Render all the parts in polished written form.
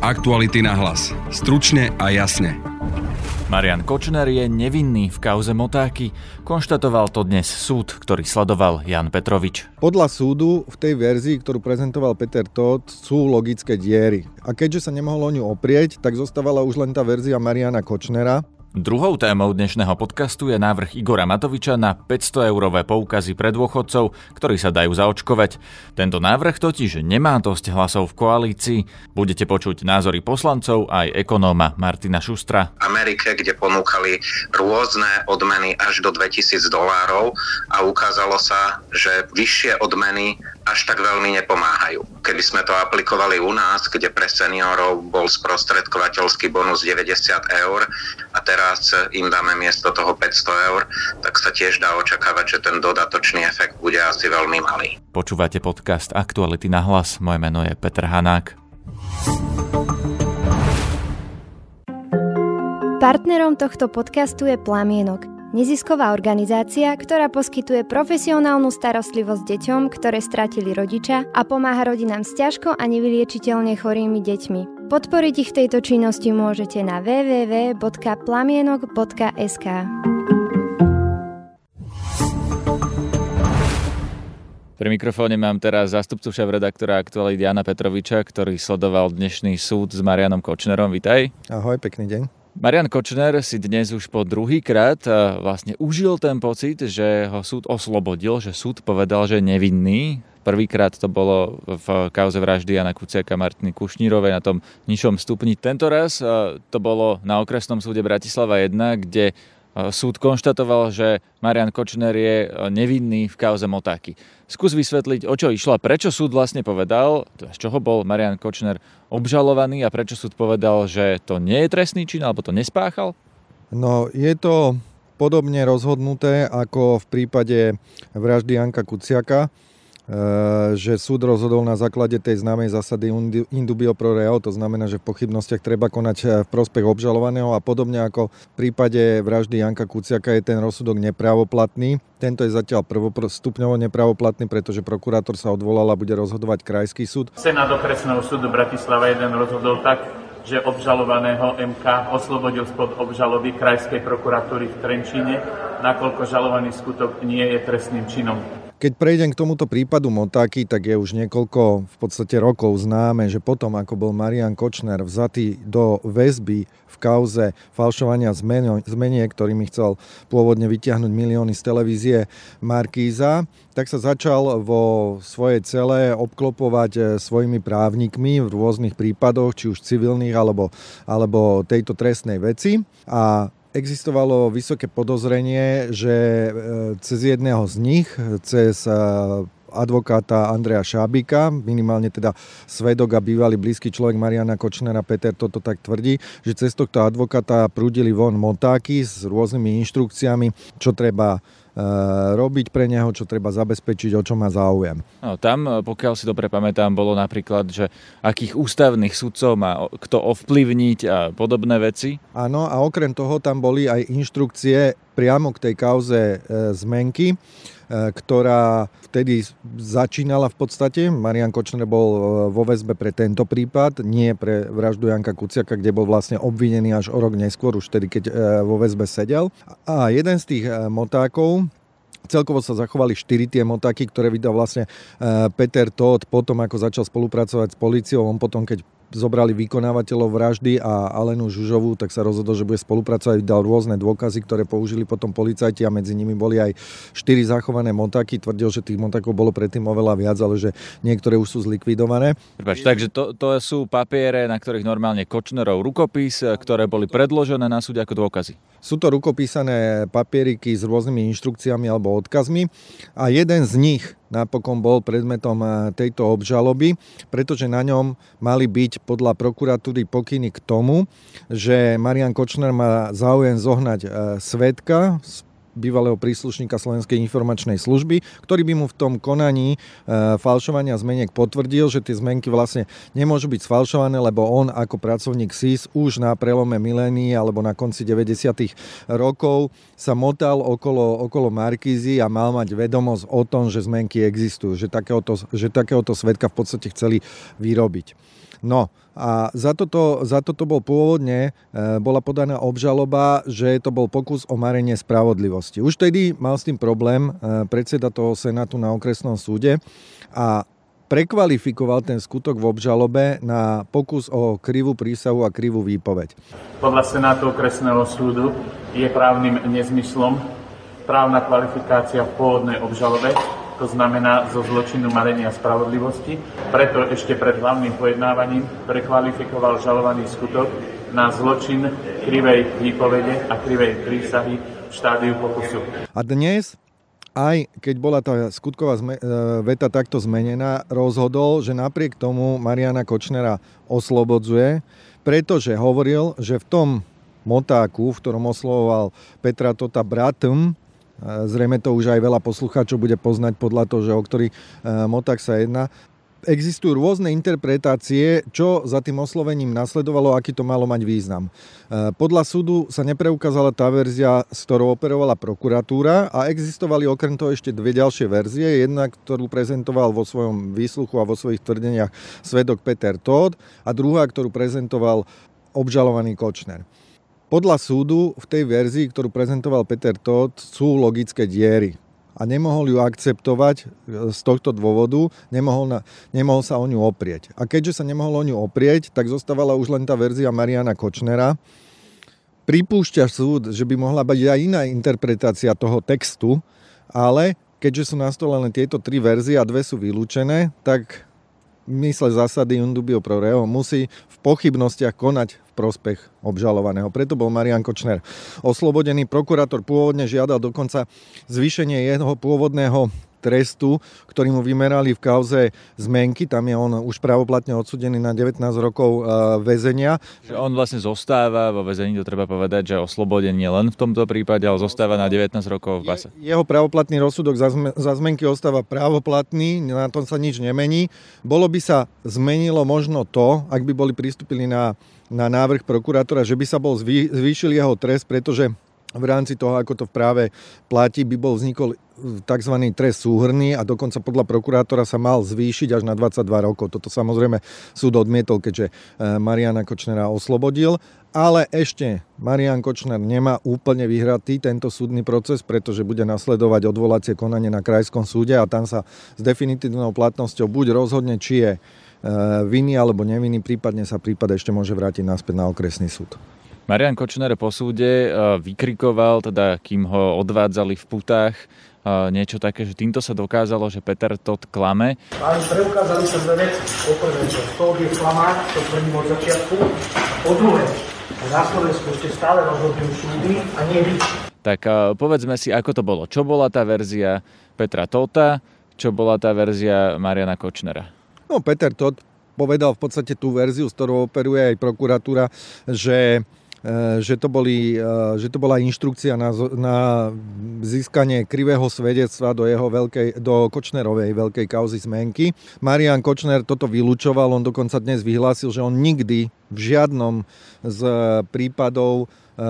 Aktuality na hlas. Stručne a jasne. Marian Kočner je nevinný v kauze Motáky. Konštatoval to dnes súd, ktorý sledoval Jan Petrovič. Podľa súdu v tej verzii, ktorú prezentoval Peter Tóth, sú logické diery. A keďže sa nemohol o ňu oprieť, tak zostávala už len tá verzia Mariana Kočnera. Druhou témou dnešného podcastu je návrh Igora Matoviča na 500-eurové poukazy pre dôchodcov, ktorí sa dajú zaočkovať. Tento návrh totiž nemá dosť hlasov v koalícii. Budete počuť názory poslancov aj ekonóma Martina Šustra. V Amerike, kde ponúkali rôzne odmeny až do $2000 a ukázalo sa, že vyššie odmeny až tak veľmi nepomáhajú. Keby sme to aplikovali u nás, kde pre seniorov bol sprostredkovateľský bonus 90 eur a teraz im dáme miesto toho 500 eur, tak sa tiež dá očakávať, že ten dodatočný efekt bude asi veľmi malý. Počúvate podcast Aktuality na hlas. Moje meno je Peter Hanák. Partnerom tohto podcastu je Plamienok, nezisková organizácia, ktorá poskytuje profesionálnu starostlivosť deťom, ktoré stratili rodiča a pomáha rodinám s ťažko a nevyliečiteľne chorými deťmi. Podporiť ich v tejto činnosti môžete na www.plamienok.sk. Pri mikrofóne mám teraz zástupcu šéfredaktora Aktualít Jana Petroviča, ktorý sledoval dnešný súd s Marianom Kočnerom. Vitaj. Ahoj, pekný deň. Marian Kočner si dnes už po druhýkrát vlastne užil ten pocit, že ho súd oslobodil, že súd povedal, že je nevinný. Prvýkrát to bolo v kauze vraždy Jana Kuciaka a Martiny Kušnírovej na tom nižšom stupni. Tentoraz to bolo na okresnom súde Bratislava 1, kde súd konštatoval, že Marian Kočner je nevinný v kauze Motáky. Skús vysvetliť, o čo išlo a prečo súd vlastne povedal, z čoho bol Marian Kočner obžalovaný a prečo súd povedal, že to nie je trestný čin alebo to nespáchal? No, je to podobne rozhodnuté ako v prípade vraždy Janka Kuciaka, že súd rozhodol na základe tej známej zásady in dubio pro reo, to znamená, že v pochybnostiach treba konať v prospech obžalovaného a podobne ako v prípade vraždy Janka Kuciaka je ten rozsudok nepravoplatný. Tento je zatiaľ prvostupňovo nepravoplatný, pretože prokurátor sa odvolal a bude rozhodovať krajský súd. Senát okresného súdu Bratislava 1 rozhodol tak, že obžalovaného MK oslobodil spod obžaloby krajskej prokuratúry v Trenčíne, nakoľko žalovaný skutok nie je trestným činom. Keď prejdem k tomuto prípadu Motáky, tak je už niekoľko v podstate rokov známe, že potom, ako bol Marian Kočner vzatý do väzby v kauze falšovania zmeniek, ktorými chcel pôvodne vytiahnuť milióny z televízie Markíza, tak sa začal vo svojej cele obklopovať svojimi právnikmi v rôznych prípadoch, či už civilných alebo tejto trestnej veci. A existovalo vysoké podozrenie, že cez jedného z nich, cez advokáta Andreja Šábika, minimálne teda svedok a bývalý blízky človek Mariana Kočnera, Peter toto tak tvrdí, že cez tohto advokáta prúdili von Motáky s rôznymi inštrukciami, čo treba robiť pre neho, čo treba zabezpečiť, o čo má záujem. No, tam, pokiaľ si dobre pamätám, bolo napríklad, že akých ústavných sudcov má kto ovplyvniť a podobné veci. Áno, a okrem toho tam boli aj inštrukcie priamo k tej kauze zmenky, ktorá vtedy začínala v podstate. Marian Kočner bol vo väzbe pre tento prípad, nie pre vraždu Janka Kuciaka, kde bol vlastne obvinený až o rok neskôr, už vtedy, keď vo väzbe sedel. A jeden z tých Motákov, celkovo sa zachovali 4 tie Motáky, ktoré vydal vlastne Peter Tóth potom, ako začal spolupracovať s políciou. On potom, keď zobrali vykonávateľov vraždy a Alenu Žužovú, tak sa rozhodol, že bude spolupracovať, dal rôzne dôkazy, ktoré použili potom policajti a medzi nimi boli aj 4 zachované Motáky. Tvrdil, že tých Motákov bolo predtým oveľa viac, ale že niektoré už sú zlikvidované. Takže to sú papiere, na ktorých normálne Kočnerov rukopis, ktoré boli predložené na súde ako dôkazy. Sú to rukopísané papieriky s rôznymi inštrukciami alebo odkazmi a jeden z nich napokon bol predmetom tejto obžaloby, pretože na ňom mali byť podľa prokuratúry pokyny k tomu, že Marian Kočner má záujem zohnať svedka, bývalého príslušníka Slovenskej informačnej služby, ktorý by mu v tom konaní falšovania zmeniek potvrdil, že tie zmenky vlastne nemôžu byť sfalšované, lebo on ako pracovník SIS už na prelome milénií alebo na konci 90. rokov sa motal okolo Markízy a mal mať vedomosť o tom, že zmenky existujú, že takéhoto svedka v podstate chceli vyrobiť. No, A za toto bol pôvodne, bola podaná obžaloba, že to bol pokus o marenie spravodlivosti. Už tedy mal s tým problém predseda toho senátu na okresnom súde a prekvalifikoval ten skutok v obžalobe na pokus o krivú prísahu a krivú výpoveď. Podľa senátu okresného súdu je právnym nezmyslom právna kvalifikácia v pôvodnej obžalobe, to znamená zo zločinu marenia spravodlivosti. Preto ešte pred hlavným pojednávaním prekvalifikoval žalovaný skutok na zločin krivej výpovede a krivej prísahy v štádiu pokusu. A dnes, aj keď bola tá skutková veta takto zmenená, rozhodol, že napriek tomu Mariana Kočnera oslobodzuje, pretože hovoril, že v tom motáku, v ktorom oslovoval Petra Tota bratom, zrejme to už aj veľa poslucháčov bude poznať podľa toho, že o ktorý moták sa jedná. Existujú rôzne interpretácie, čo za tým oslovením nasledovalo, aký to malo mať význam. Podľa súdu sa nepreukázala tá verzia, s ktorou operovala prokuratúra a existovali okrem toho ešte dve ďalšie verzie. Jedna, ktorú prezentoval vo svojom výsluchu a vo svojich tvrdeniach svedok Peter Todt a druhá, ktorú prezentoval obžalovaný Kočner. Podľa súdu v tej verzii, ktorú prezentoval Peter Todt, sú logické diery a nemohol ju akceptovať z tohto dôvodu, nemohol sa o ňu oprieť. A keďže sa nemohol o ňu oprieť, tak zostávala už len tá verzia Mariana Kočnera. Pripúšťa súd, že by mohla byť aj iná interpretácia toho textu, ale keďže sú na stole len tieto tri verzie a dve sú vylúčené, tak mysle zásady undubio pro reo musí v pochybnostiach konať v prospech obžalovaného. Preto bol Marian Kočner oslobodený. Prokurátor pôvodne žiadal dokonca zvýšenie jeho pôvodného trestu, ktorý mu vymerali v kauze zmenky. Tam je on už pravoplatne odsúdený na 19 rokov väzenia. On vlastne zostáva vo väzení, to treba povedať, že oslobodený len v tomto prípade, ale zostáva na 19 rokov v base. Jeho pravoplatný rozsudok za zmenky ostáva právoplatný, na tom sa nič nemení. Bolo by sa zmenilo možno to, ak by boli pristúpili na návrh prokurátora, že by sa bol zvýšil jeho trest, pretože v rámci toho, ako to v práve platí, by vznikol tzv. Trest súhrnný a dokonca podľa prokurátora sa mal zvýšiť až na 22 rokov. Toto samozrejme súd odmietol, keďže Mariana Kočnera oslobodil. Ale ešte Marian Kočner nemá úplne vyhratý tento súdny proces, pretože bude nasledovať odvolacie konanie na krajskom súde a tam sa s definitívnou platnosťou buď rozhodne, či je vinný alebo nevinný, prípadne sa prípad ešte môže vrátiť naspäť na okresný súd. Marian Kočner po súde vykrikoval, teda kým ho odvádzali v putách, niečo také, že týmto sa dokázalo, že Peter Todt klame. Ale preukázali sa dve veci. Poprvé, že Todt je klamár, to tvrdím od začiatku. Po druhé, na Slovensku ešte stále rozhodujú súdy a nie vy. Tak povedzme si, ako to bolo. Čo bola tá verzia Petra Todta, čo bola tá verzia Mariana Kočnera? No, Peter Todt povedal v podstate tú verziu, s ktorou operuje aj prokuratúra, že to bola inštrukcia na získanie krivého svedectva do Kočnerovej veľkej kauzy zmenky. Marian Kočner toto vylučoval, on dokonca dnes vyhlásil, že on nikdy v žiadnom z prípadov,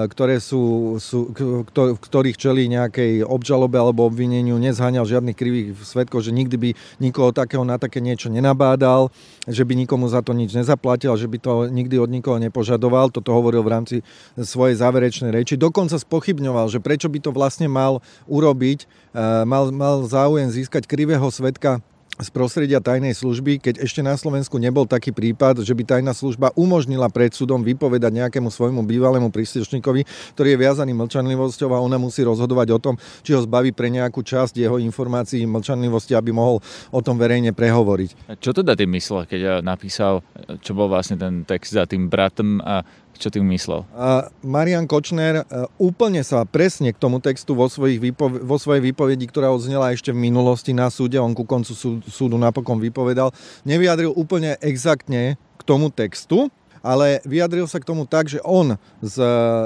v ktorých čelí nejakej obžalobe alebo obvineniu, nezháňal žiadnych krivých svedkov, že nikdy by nikoho takého na také niečo nenabádal, že by nikomu za to nič nezaplatil, že by to nikdy od nikoho nepožadoval. Toto hovoril v rámci svojej záverečnej reči. Dokonca spochybňoval, že prečo by to vlastne mal urobiť, mal záujem získať krivého svedka z prostredia tajnej služby, keď ešte na Slovensku nebol taký prípad, že by tajná služba umožnila pred súdom vypovedať nejakému svojmu bývalému príslušníkovi, ktorý je viazaný mlčanlivosťou a ona musí rozhodovať o tom, či ho zbaví pre nejakú časť jeho informácií mlčanlivosti, aby mohol o tom verejne prehovoriť. Čo teda tým myslel, keď napísal, čo bol vlastne ten text za tým bratom a čo tým myslel? Marian Kočner úplne sa presne k tomu textu vo svojej výpovedi, ktorá odznela ešte v minulosti na súde, on ku koncu súdu napokon vypovedal, nevyjadril úplne exaktne k tomu textu, ale vyjadril sa k tomu tak, že on z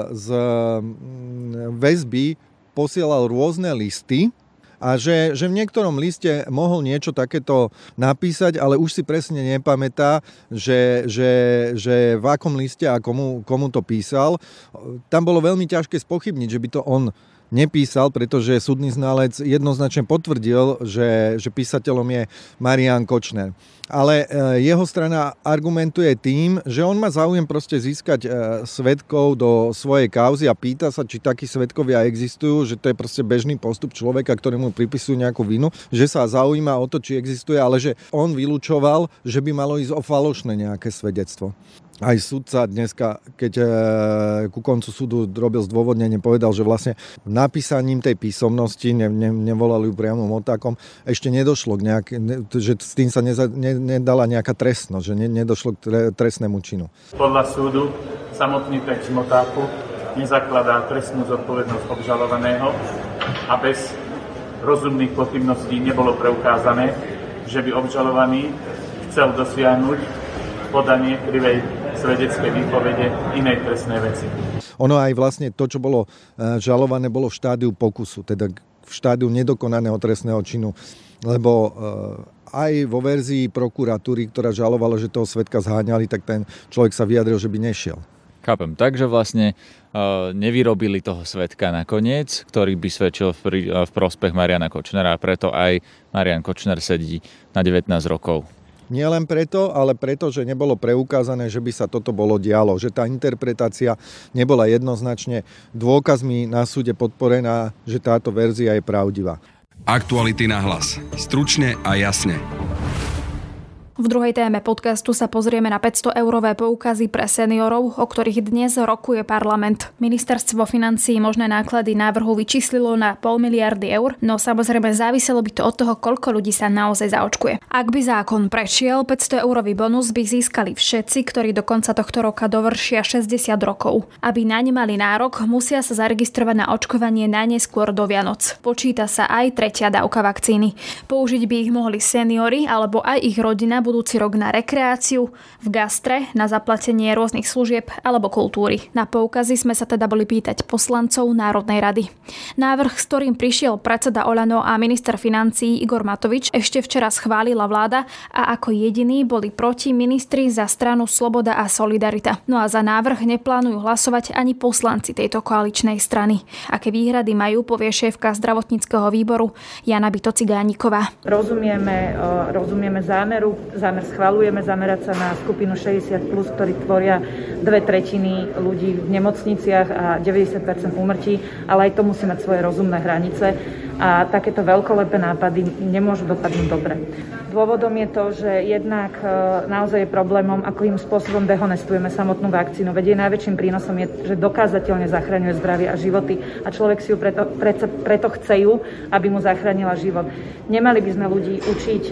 väzby posielal rôzne listy a že v niektorom liste mohol niečo takéto napísať, ale už si presne nepamätá, že v akom liste a komu to písal. Tam bolo veľmi ťažké spochybniť, že by to on nepísal, pretože súdny znalec jednoznačne potvrdil, že písateľom je Marián Kočner. Ale jeho strana argumentuje tým, že on má záujem proste získať svedkov do svojej kauzy a pýta sa, či takí svedkovia existujú, že to je proste bežný postup človeka, ktorému pripisujú nejakú vinu, že sa zaujíma o to, či existuje, ale že on vylučoval, že by malo ísť o falošné nejaké svedectvo. Aj sudca dneska, keď ku koncu súdu robil zdôvodnenie, povedal, že vlastne napísaním tej písomnosti, nevolali ju priamym otákom, ešte nedošlo k že s tým sa nedala nejaká trestnosť, že nedošlo k trestnému činu. Podľa súdu samotný text motáku nezakladá trestnú zodpovednosť obžalovaného a bez rozumných pochybností nebolo preukázané, že by obžalovaný chcel dosiahnuť podanie krivej svedeckej výpovede inej trestnej veci. Ono aj vlastne to, čo bolo žalované, bolo v štádiu pokusu, teda v štádiu nedokonaného trestného činu, lebo aj vo verzii prokuratúry, ktorá žalovala, že toho svedka zháňali, tak ten človek sa vyjadril, že by nešiel. Chápem. Takže vlastne nevyrobili toho svedka nakoniec, ktorý by svedčil v prospech Mariána Kočnera, a preto aj Marián Kočner sedí na 19 rokov. Nie len preto, ale preto, že nebolo preukázané, že by sa toto bolo dialo. Že tá interpretácia nebola jednoznačne dôkazmi na súde podporená, že táto verzia je pravdivá. Aktuality na hlas. Stručne a jasne. V druhej téme podcastu sa pozrieme na 500-eurové poukazy pre seniorov, o ktorých dnes rokuje parlament. Ministerstvo financií možné náklady návrhu vyčíslilo na 0,5 miliardy eur, no samozrejme záviselo by to od toho, koľko ľudí sa naozaj zaočkuje. Ak by zákon prešiel, 500-eurový bonus by získali všetci, ktorí do konca tohto roka dovršia 60 rokov. Aby naň mali nárok, musia sa zaregistrovať na očkovanie najneskôr do Vianoc. Počíta sa aj tretia dávka vakcíny. Použiť by ich mohli seniori alebo aj ich rodina budúci rok na rekreáciu, v gastre, na zaplatenie rôznych služieb alebo kultúry. Na poukazy sme sa teda boli pýtať poslancov Národnej rady. Návrh, s ktorým prišiel predseda Oľano a minister financií Igor Matovič, ešte včera schválila vláda a ako jediní boli proti ministri za stranu Sloboda a Solidarita. No a za návrh neplánujú hlasovať ani poslanci tejto koaličnej strany. Aké výhrady majú, povie šéfka zdravotníckeho výboru Jana Byto-Cigániková. Rozumieme zámer schvaľujeme zamerať sa na skupinu 60+, ktorí tvoria 2/3 ľudí v nemocniciach a 90% úmrtí, ale aj to musí mať svoje rozumné hranice a takéto veľkolepé nápady nemôžu dopadnúť dobre. Dôvodom je to, že jednak naozaj je problémom, akým spôsobom dehonestujeme samotnú vakcínu. Veď jej najväčším prínosom je, že dokázateľne zachraňuje zdravie a životy a človek si ju preto chce ju, aby mu zachránila život. Nemali by sme ľudí učiť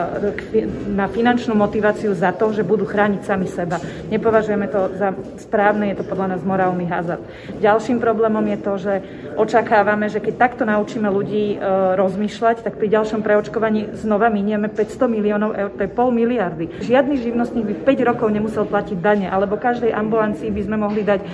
na finančnú motiváciu za to, že budú chrániť sami seba. Nepovažujeme to za správne, je to podľa nás morálny hazard. Ďalším problémom je to, že očakávame, že keď takto naučíme ľudí rozmýšľať, tak pri ďalšom preočkovaní znova minieme 500 miliónov eur, to je 0,5 miliardy. Žiadny živnostník by 5 rokov nemusel platiť dane, alebo každej ambulancii by sme mohli dať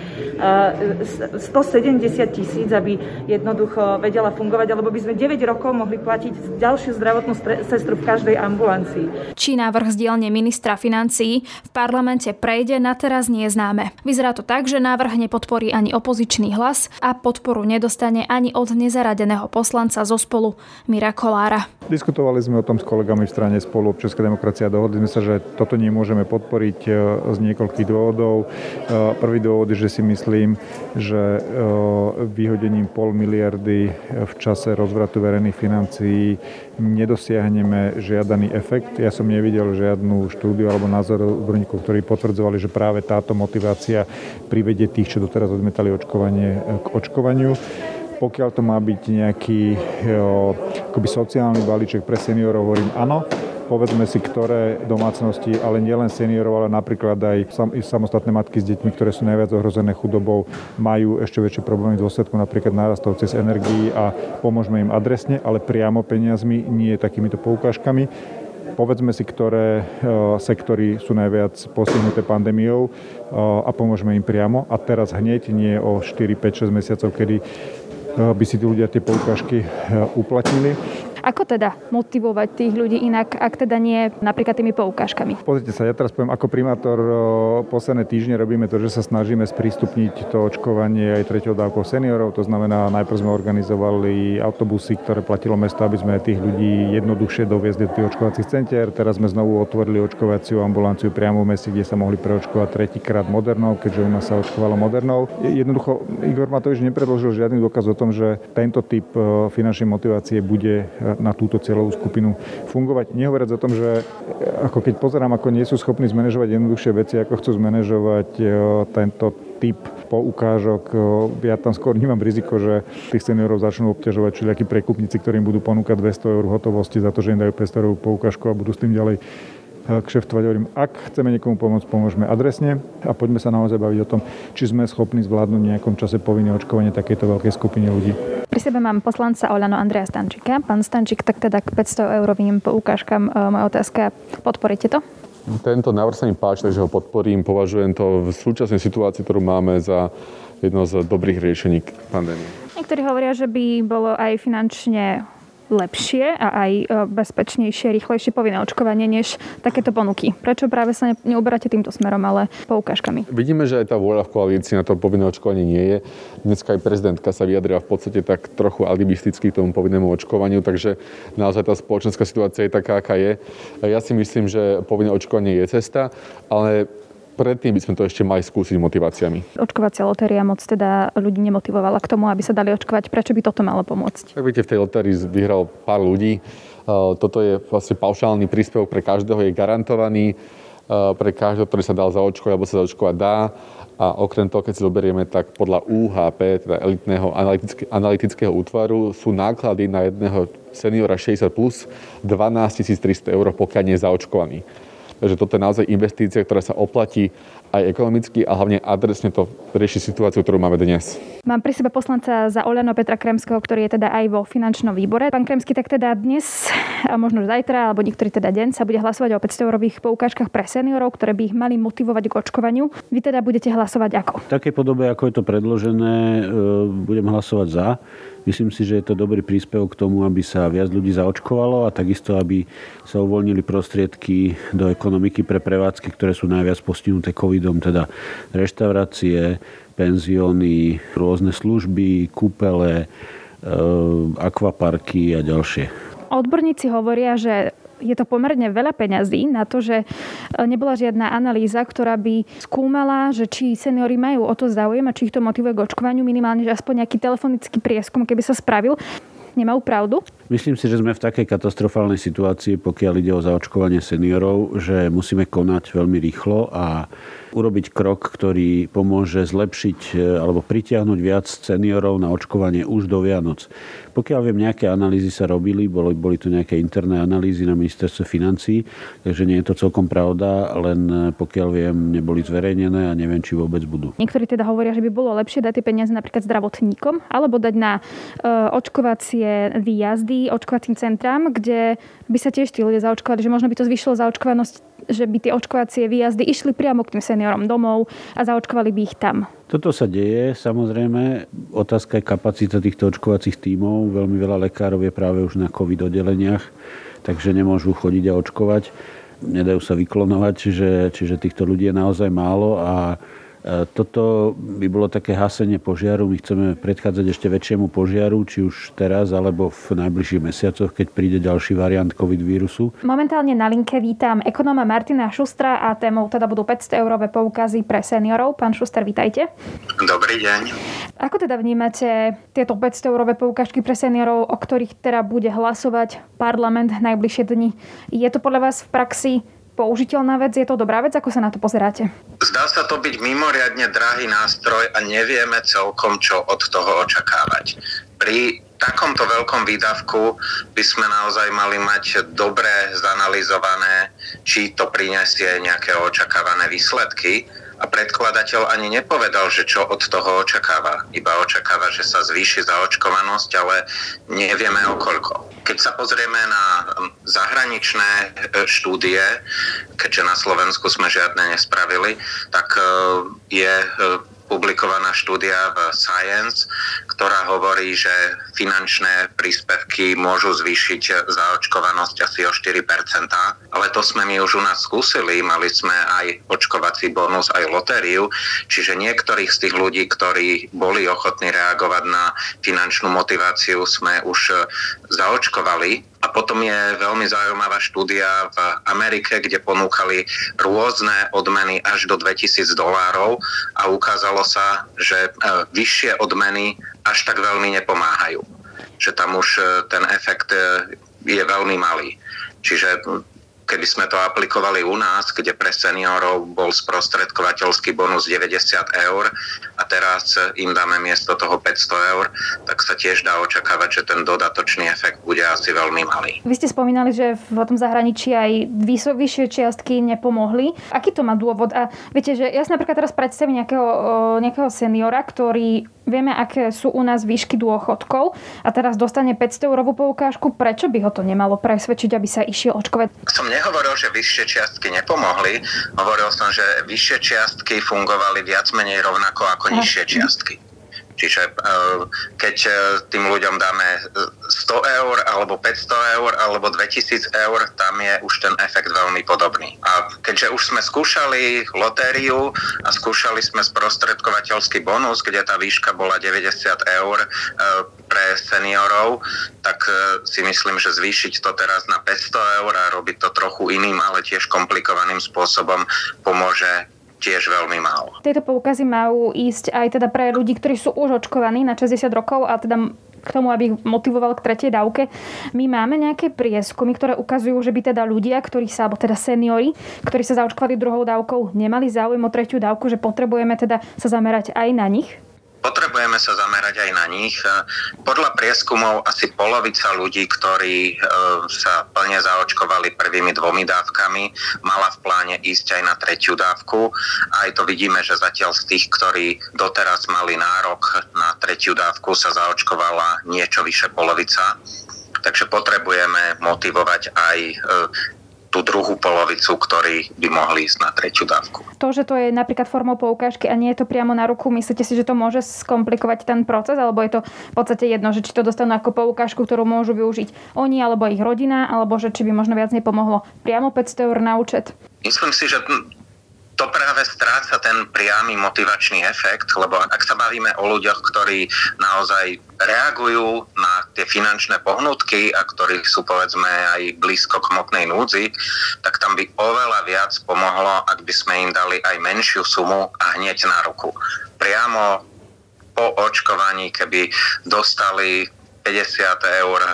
170 000, aby jednoducho vedela fungovať, alebo by sme 9 rokov mohli platiť ďalšiu zdravotnú sestru v každej ambulancii. Či návrh z dielne ministra financií v parlamente prejde, na teraz nie je známe. Vyzerá to tak, že návrh nepodporí ani opozičný Hlas a podporu nedostane ani od nezaradeného poslanca zo Spolu Mira Kolára. Diskutovali sme o tom s kolegami v strane Spolu Občianska demokracia a dohodli sme sa, že toto nemôžeme podporiť z niekoľkých dôvodov. Prvý dôvod je, že si myslím, že vyhodením 0,5 miliardy v čase rozvratu verejných financií nedosiahneme žiadaný efekt. Ja som nevidel žiadnu štúdiu alebo názor odborníkov, ktorí potvrdzovali, že práve táto motivácia privedie tých, čo doteraz odmietali očkovanie, k očkovaniu. Pokiaľ to má byť nejaký akoby sociálny balíček pre seniorov, hovorím áno. Povedzme si, ktoré domácnosti, ale nielen seniorov, ale napríklad aj samostatné matky s deťmi, ktoré sú najviac ohrozené chudobou, majú ešte väčšie problémy v dôsledku napríklad nárastov cez energií a pomôžeme im adresne, ale priamo peniazmi, nie takýmito poukážkami. Povedzme si, ktoré sektory sú najviac postihnuté pandémiou a pomôžeme im priamo. A teraz hneď, nie o 4, 5, 6 mesiacov, kedy by si tí ľudia tie poukážky uplatnili. Ako teda motivovať tých ľudí inak, ak teda nie napríklad tými poukážkami? Pozrite sa, ja teraz poviem, ako primátor posledné týždne robíme to, že sa snažíme sprístupniť to očkovanie aj treťou dávkou seniorov. To znamená, najprv sme organizovali autobusy, ktoré platilo mesto, aby sme tých ľudí jednoduchšie doviezli do tých očkovacích centier. Teraz sme znovu otvorili očkovaciu ambulanciu priamo v meste, kde sa mohli preočkovať tretíkrát Modernou, keďže u nás sa očkovalo Modernou. Jednoducho Igor Matovič nepredložil žiadny dôkaz o tom, že tento typ finančnej motivácie bude na túto cieľovú skupinu fungovať. Nehovoriac o tom, že ako keď pozerám, ako nie sú schopní zmanéžovať jednoduchšie veci, ako chcú zmanéžovať tento typ poukážok. Ja tam skôr nemám riziko, že tých seniorov začnú obťažovať všelijakí prekupníci, ktorým budú ponúkať 200 eur hotovosti za to, že im dajú 500 eur poukážku a budú s tým ďalej kšeftovať. Hovorím, ak chceme niekomu pomôcť, pomôžeme adresne a poďme sa naozaj baviť o tom, či sme schopní zvládnuť v nejakom čase povinné očkovanie takejto veľkej skupine ľudí. Pri sebe mám poslanca Oľano Andreja Stančíka. Pán Stančík, tak teda k 500 eurovým poukážkam moja otázka, podporíte to? Tento návrh sa mi páči, takže ho podporím. Považujem to v súčasnej situácii, ktorú máme, za jedno z dobrých riešení pandémie. Niektorí hovoria, že by bolo aj finančne lepšie a aj bezpečnejšie, rýchlejšie povinné očkovanie než takéto ponuky. Prečo práve sa neuberáte týmto smerom, ale poukážkami? Vidíme, že aj tá vôľa v koalícii na to povinné očkovanie nie je. Dneska aj prezidentka sa vyjadrila v podstate tak trochu alibisticky k tomu povinnému očkovaniu, takže naozaj tá spoločenská situácia je taká, aká je. Ja si myslím, že povinné očkovanie je cesta, ale predtým by sme to ešte mali skúsiť motiváciami. Očkovacia lotéria moc teda ľudí nemotivovala k tomu, aby sa dali očkovať. Prečo by toto malo pomôcť? Tak viete, v tej lotérii vyhral pár ľudí. Toto je vlastne paušálny príspevok pre každého, je garantovaný pre každého, ktorý sa dal zaočkovať alebo sa zaočkovať dá. A okrem toho, keď si zoberieme, tak podľa UHP, teda elitného analytického útvaru, sú náklady na jedného seniora 60+, 12 300 eur, pokiaľ nie je zaočkovaný. Takže toto je naozaj investícia, ktorá sa oplatí aj ekonomicky a hlavne adresne to rieši situáciu, ktorú máme dnes. Mám pri sebe poslanca za Oľano Petra Kremského, ktorý je teda aj vo finančnom výbore. Pán Kremský, tak teda dnes, a možno zajtra, alebo niektorý teda deň, sa bude hlasovať o 500 eurových poukážkach pre seniorov, ktoré by ich mali motivovať k očkovaniu. Vy teda budete hlasovať ako? V takej podobe, ako je to predložené, budem hlasovať za. Myslím si, že je to dobrý príspevok k tomu, aby sa viac ľudí zaočkovalo a takisto, aby sa uvoľnili prostriedky do ekonomiky pre prevádzky, ktoré sú najviac postihnuté covidom, teda reštaurácie, penzióny, rôzne služby, kúpele, akvaparky a ďalšie. Odborníci hovoria, že je to pomerne veľa peňazí na to, že nebola žiadna analýza, ktorá by skúmala, že či seniori majú o to záujem a či ich to motivuje k očkovaniu, minimálne, že aspoň nejaký telefonický prieskum, keby sa spravil. Nemajú pravdu? Myslím si, že sme v takej katastrofálnej situácii, pokiaľ ide o zaočkovanie seniorov, že musíme konať veľmi rýchlo a urobiť krok, ktorý pomôže zlepšiť alebo pritiahnuť viac seniorov na očkovanie už do Vianoc. Pokiaľ viem, nejaké analýzy sa robili, boli tu nejaké interné analýzy na ministerstve financií, takže nie je to celkom pravda, len pokiaľ viem, neboli zverejnené a neviem, či vôbec budú. Niektorí teda hovoria, že by bolo lepšie dať tie peniaze napríklad zdravotníkom alebo dať na očkovacie výjazdy, očkovacím centrám, kde by sa tiež tí ľudia zaočkovali, že možno by to zvýšilo zaočkovanosť, že by tie očkovacie výjazdy išli priamo k tým seniorom domov a zaočkovali by ich tam. Toto sa deje, samozrejme. Otázka je kapacita týchto očkovacích tímov. Veľmi veľa lekárov je práve už na COVID oddeleniach, takže nemôžu chodiť a očkovať. Nedajú sa vyklonovať, čiže týchto ľudí je naozaj málo a toto by bolo také hasenie požiaru. My chceme predchádzať ešte väčšiemu požiaru, či už teraz, alebo v najbližších mesiacoch, keď príde ďalší variant COVID vírusu. Momentálne na linke vítam ekonóma Martina Šustra a témou teda budú 500 eurové poukazy pre seniorov. Pán Šuster, vítajte. Dobrý deň. Ako teda vnímate tieto 500 eurové poukážky pre seniorov, o ktorých teda bude hlasovať parlament najbližšie dni? Je to podľa vás v praxi použiteľná vec? Je to dobrá vec? Ako sa na to pozeráte? Zdá sa to byť mimoriadne drahý nástroj a nevieme celkom, čo od toho očakávať. Pri takomto veľkom výdavku by sme naozaj mali mať dobre zanalizované, či to prinesie nejaké očakávané výsledky. A predkladateľ ani nepovedal, že čo od toho očakáva. Iba očakáva, že sa zvýši zaočkovanosť, ale nevieme o koľko. Keď sa pozrieme na zahraničné štúdie, keďže na Slovensku sme žiadne nespravili, tak je publikovaná štúdia v Science, ktorá hovorí, že finančné príspevky môžu zvýšiť zaočkovanosť asi o 4%, ale to sme my už u nás skúsili, mali sme aj očkovací bonus, aj lotériu, čiže niektorých z tých ľudí, ktorí boli ochotní reagovať na finančnú motiváciu, sme už zaočkovali. A potom je veľmi zaujímavá štúdia v Amerike, kde ponúkali rôzne odmeny až do $2000 a ukázalo sa, že vyššie odmeny až tak veľmi nepomáhajú. Že tam už ten efekt je veľmi malý. Čiže keby sme to aplikovali u nás, kde pre seniorov bol sprostredkovateľský bonus 90 € a teraz im dáme miesto toho 500 €, tak sa tiež dá očakávať, že ten dodatočný efekt bude asi veľmi malý. Vy ste spomínali, že v tom zahraničí aj vyššie čiastky nepomohli. Aký to má dôvod? A viete, že ja si napríklad teraz predstavím nejakého seniora, ktorý vieme, aké sú u nás výšky dôchodkov a teraz dostane 500 € poukážku. Prečo by ho to nemalo presvedčiť, aby sa išiel očkovať? Som nehovoril, že vyššie čiastky nepomohli. Hovoril som, že vyššie čiastky fungovali viac menej rovnako ako nižšie čiastky. Čiže keď tým ľuďom dáme 100 € alebo 500 € alebo 2000 €, tam je už ten efekt veľmi podobný. A keďže už sme skúšali lotériu a skúšali sme sprostredkovateľský bonus, kde tá výška bola 90 € pre seniorov, tak si myslím, že zvýšiť to teraz na 500 € a robiť to trochu iným, ale tiež komplikovaným spôsobom pomôže tiež veľmi málo. Tieto poukazy majú ísť aj teda pre ľudí, ktorí sú už očkovaní na 60 rokov a teda k tomu, aby ich motivoval k tretej dávke. My máme nejaké prieskumy, ktoré ukazujú, že by teda ľudia, alebo teda seniori, ktorí sa zaočkovali druhou dávkou, nemali záujem o tretiu dávku, že potrebujeme teda sa zamerať aj na nich? Potrebujeme sa zamerať aj na nich. Podľa prieskumov asi polovica ľudí, ktorí sa plne zaočkovali prvými 2 dávkami, mala v pláne ísť aj na tretiu dávku. A aj to vidíme, že zatiaľ z tých, ktorí doteraz mali nárok na tretiu dávku, sa zaočkovala niečo vyše polovica. Takže potrebujeme motivovať aj tú druhú polovicu, ktorí by mohli ísť na tretiu dávku. To, že to je napríklad formou poukážky a nie je to priamo na ruku, myslíte si, že to môže skomplikovať ten proces, alebo je to v podstate jedno, že či to dostanú ako poukážku, ktorú môžu využiť oni alebo ich rodina, alebo že či by možno viac nepomohlo priamo 500 € na účet? Myslím si, že to práve stráca ten priamy motivačný efekt, lebo ak sa bavíme o ľuďoch, ktorí naozaj reagujú na tie finančné pohnutky a ktorí sú povedzme aj blízko k hmotnej núdzi, tak tam by oveľa viac pomohlo, ak by sme im dali aj menšiu sumu a hneď na ruku. Priamo po očkovaní, keby dostali 50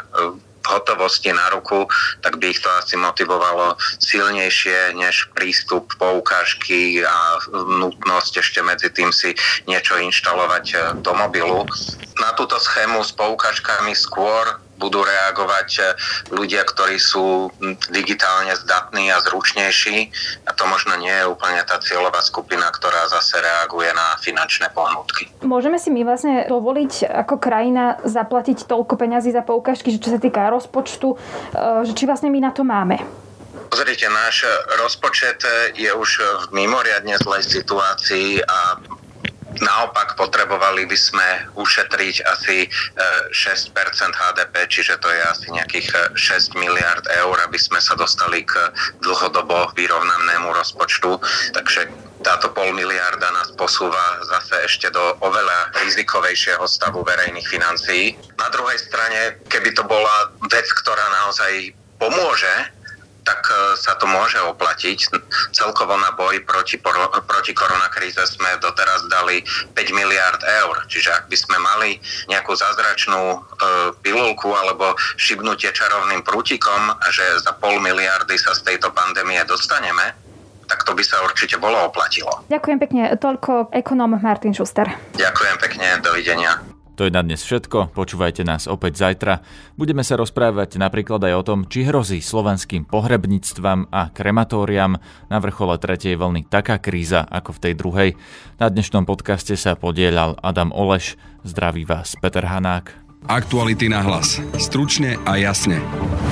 € hotovosti na ruku, tak by ich to asi motivovalo silnejšie než prístup poukážky a nutnosť ešte medzi tým si niečo inštalovať do mobilu. Na túto schému s poukážkami skôr budú reagovať ľudia, ktorí sú digitálne zdatní a zručnejší. A to možno nie je úplne tá cieľová skupina, ktorá zase reaguje na finančné pohnutky. Môžeme si my vlastne dovoliť ako krajina zaplatiť toľko peňazí za poukážky, že čo sa týka rozpočtu, že či vlastne my na to máme? Pozrite, náš rozpočet je už v mimoriadne zlej situácii a naopak potrebovali by sme ušetriť asi 6% HDP, čiže to je asi nejakých 6 miliard eur, aby sme sa dostali k dlhodobo vyrovnanému rozpočtu. Takže táto 0,5 miliarda nás posúva zase ešte do oveľa rizikovejšieho stavu verejných financií. Na druhej strane, keby to bola vec, ktorá naozaj pomôže, tak sa to môže oplatiť. Celkovo na boj proti koronakríze sme doteraz dali 5 miliard eur. Čiže ak by sme mali nejakú zázračnú pilulku alebo šibnutie čarovným prútikom, že za 0,5 miliardy sa z tejto pandémie dostaneme, tak to by sa určite bolo oplatilo. Ďakujem pekne. Toľko ekonóm Martin Schuster. Ďakujem pekne. Dovidenia. To je na dnes všetko, počúvajte nás opäť zajtra. Budeme sa rozprávať napríklad aj o tom, či hrozí slovenským pohrebníctvam a krematóriám na vrchole tretej vlny taká kríza ako v tej druhej. Na dnešnom podcaste sa podieľal Adam Oleš, zdraví vás Peter Hanák. Aktuality na hlas, stručne a jasne.